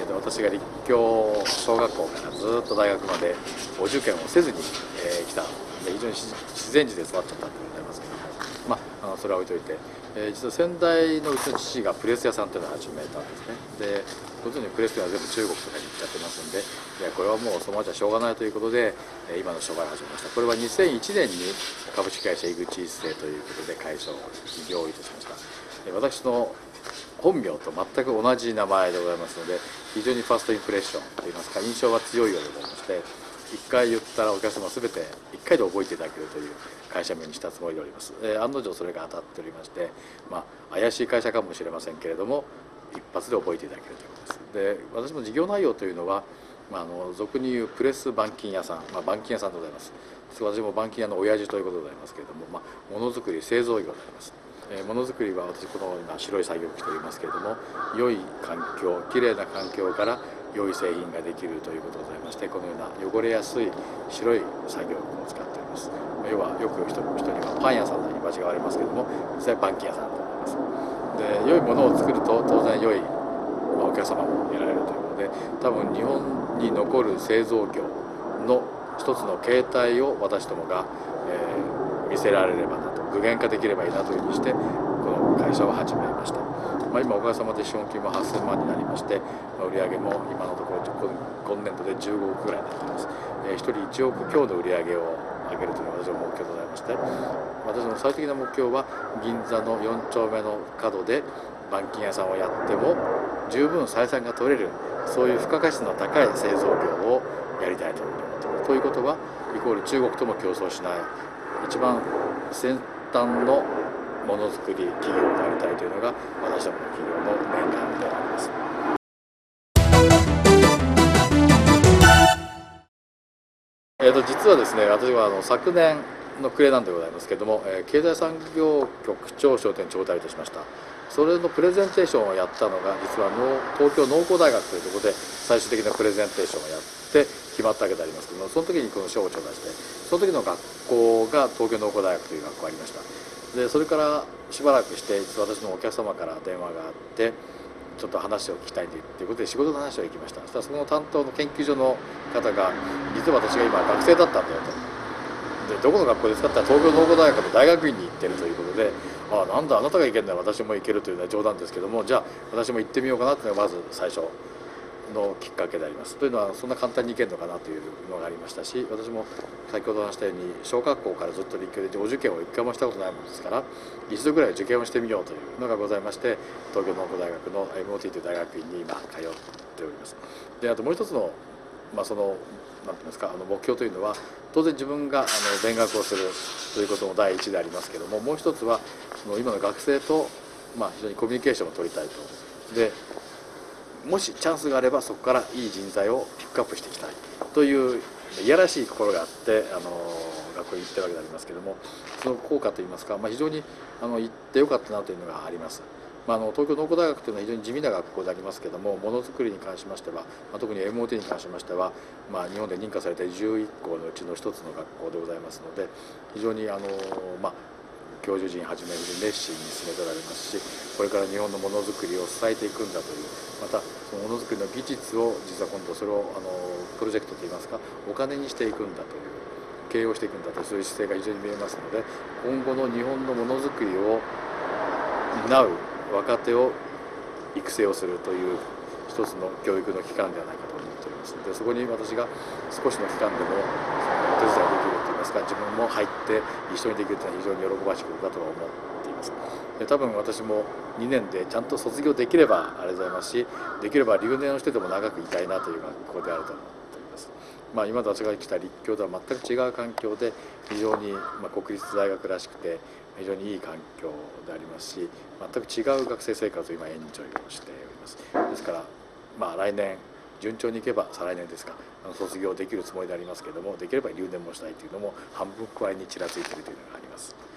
で私が立教小学校からずっと大学までお受験をせずに、来たで非常に自然児で育っちゃったっていうのがありますけども、それは置いといて、実は先代のうちの父がプレス屋さんっていうのを始めたんですね。でご存じにプレスというのは全部中国とかに行っちゃってますんで、いやこれはもうそのままじゃしょうがないということで、今の商売を始めました。これは2001年に株式会社井口一世ということで会社を起業いたしました。私の本名と全く同じ名前でございますので、非常にファーストインプレッションといいますか印象が強いようでございまして、1回言ったらお客様全て1回で覚えていただけるという会社名にしたつもりでおります。案の定それが当たっておりまして、怪しい会社かもしれませんけれども一発で覚えていただけるということです。で私の事業内容というのは、俗に言うプレス板金屋さん、板金屋さんでございます。私も板金屋の親父ということでございますけれども、ものづくり製造業でございます。ものづくりは私この今白い作業着と言いますけれども、良い環境きれいな環境から良い製品ができるということでございまして、このような汚れやすい白い作業服を使っております。要はよく人にはパン屋さんのイメージがありますけれども、実際板金屋さんだと思います。で良いものを作ると当然良い、お客様も得られるということで、多分日本に残る製造業の一つの形態を私どもが、見せられればなと、具現化できればいいなというふうにしてこの会社を始めました。今おかげさまで資本金も8000万になりまして、売上も今のところ今年度で15億ぐらいになっています。1人1億強の売上を上げるというのが私の目標でございまして、私の最終的な目標は銀座の4丁目の角で板金屋さんをやっても十分採算が取れる、そういう付加価値の高い製造業をやりたいと思っています。ということはイコール中国とも競争しない一番先端のものづくり企業でありたいというのが私どもの企業の念願であります。実はですね、私は昨年の暮れなんでございますけれども、経済産業局長賞というのを頂戴いたしました。それのプレゼンテーションをやったのが実は東京農工大学というところで最終的なプレゼンテーションをやって決まったわけでありますけども、その時にこの賞を頂戴して、その時の学校が東京農工大学という学校がありました。でそれからしばらくして実は私のお客様から電話があって、ちょっと話を聞きたいということで仕事の話を行きました。そしたらその担当の研究所の方が実は私が今学生だったんだよと。でどこの学校ですかって言ったら東京農工大学の大学院に行ってるということで、なんだあなたが行けるなら私も行けるというのは冗談ですけども、じゃあ私も行ってみようかなというのがまず最初のきっかけであります。というのはそんな簡単に行けるのかなというのがありましたし、私も先ほど話したように小学校からずっと立教でお受験を一回もしたことないものですから、一度ぐらい受験をしてみようというのがございまして、東京農工大学の MOT という大学院に今通っております。であともう一つの、そのなんていうんですか、目標というのは当然自分が勉学をするということも第一でありますけども、もう一つはその今の学生と、非常にコミュニケーションを取りたいと。でもしチャンスがあればそこからいい人材をピックアップしていきたいといういやらしい心があって学校に行ってるわけでありますけども、その効果といいますか、非常に行ってよかったなというのがあります。東京農工大学というのは非常に地味な学校でありますけども、ものづくりに関しましては、特に MOT に関しましては、日本で認可された11校のうちの一つの学校でございますので、非常に教授陣はじめ熱心に進めておられますし、これから日本のものづくりを支えていくんだという、またそのものづくりの技術を実は今度それをプロジェクトといいますかお金にしていくんだという、経営をしていくんだという、そういう姿勢が非常に見えますので、今後の日本のものづくりを担う若手を育成をするという一つの教育の機関ではないかと思っておりますので、そこに私が少しの期間でもお手伝いできるといいますか、自分も入って一緒にできるというのは非常に喜ばしいことだとは思っています。で多分私も2年でちゃんと卒業できればありがとうございますし、できれば留年をしてでも長くいたいなという学校であると思っております。今私が来た立教とは全く違う環境で、非常に国立大学らしくて非常にいい環境でありますし、全く違う学生生活を今エンジョイをしております。ですから来年順調にいけば再来年ですか卒業できるつもりでありますけれども、できれば留年もしたいというのも半分くらいにちらついているというのがあります。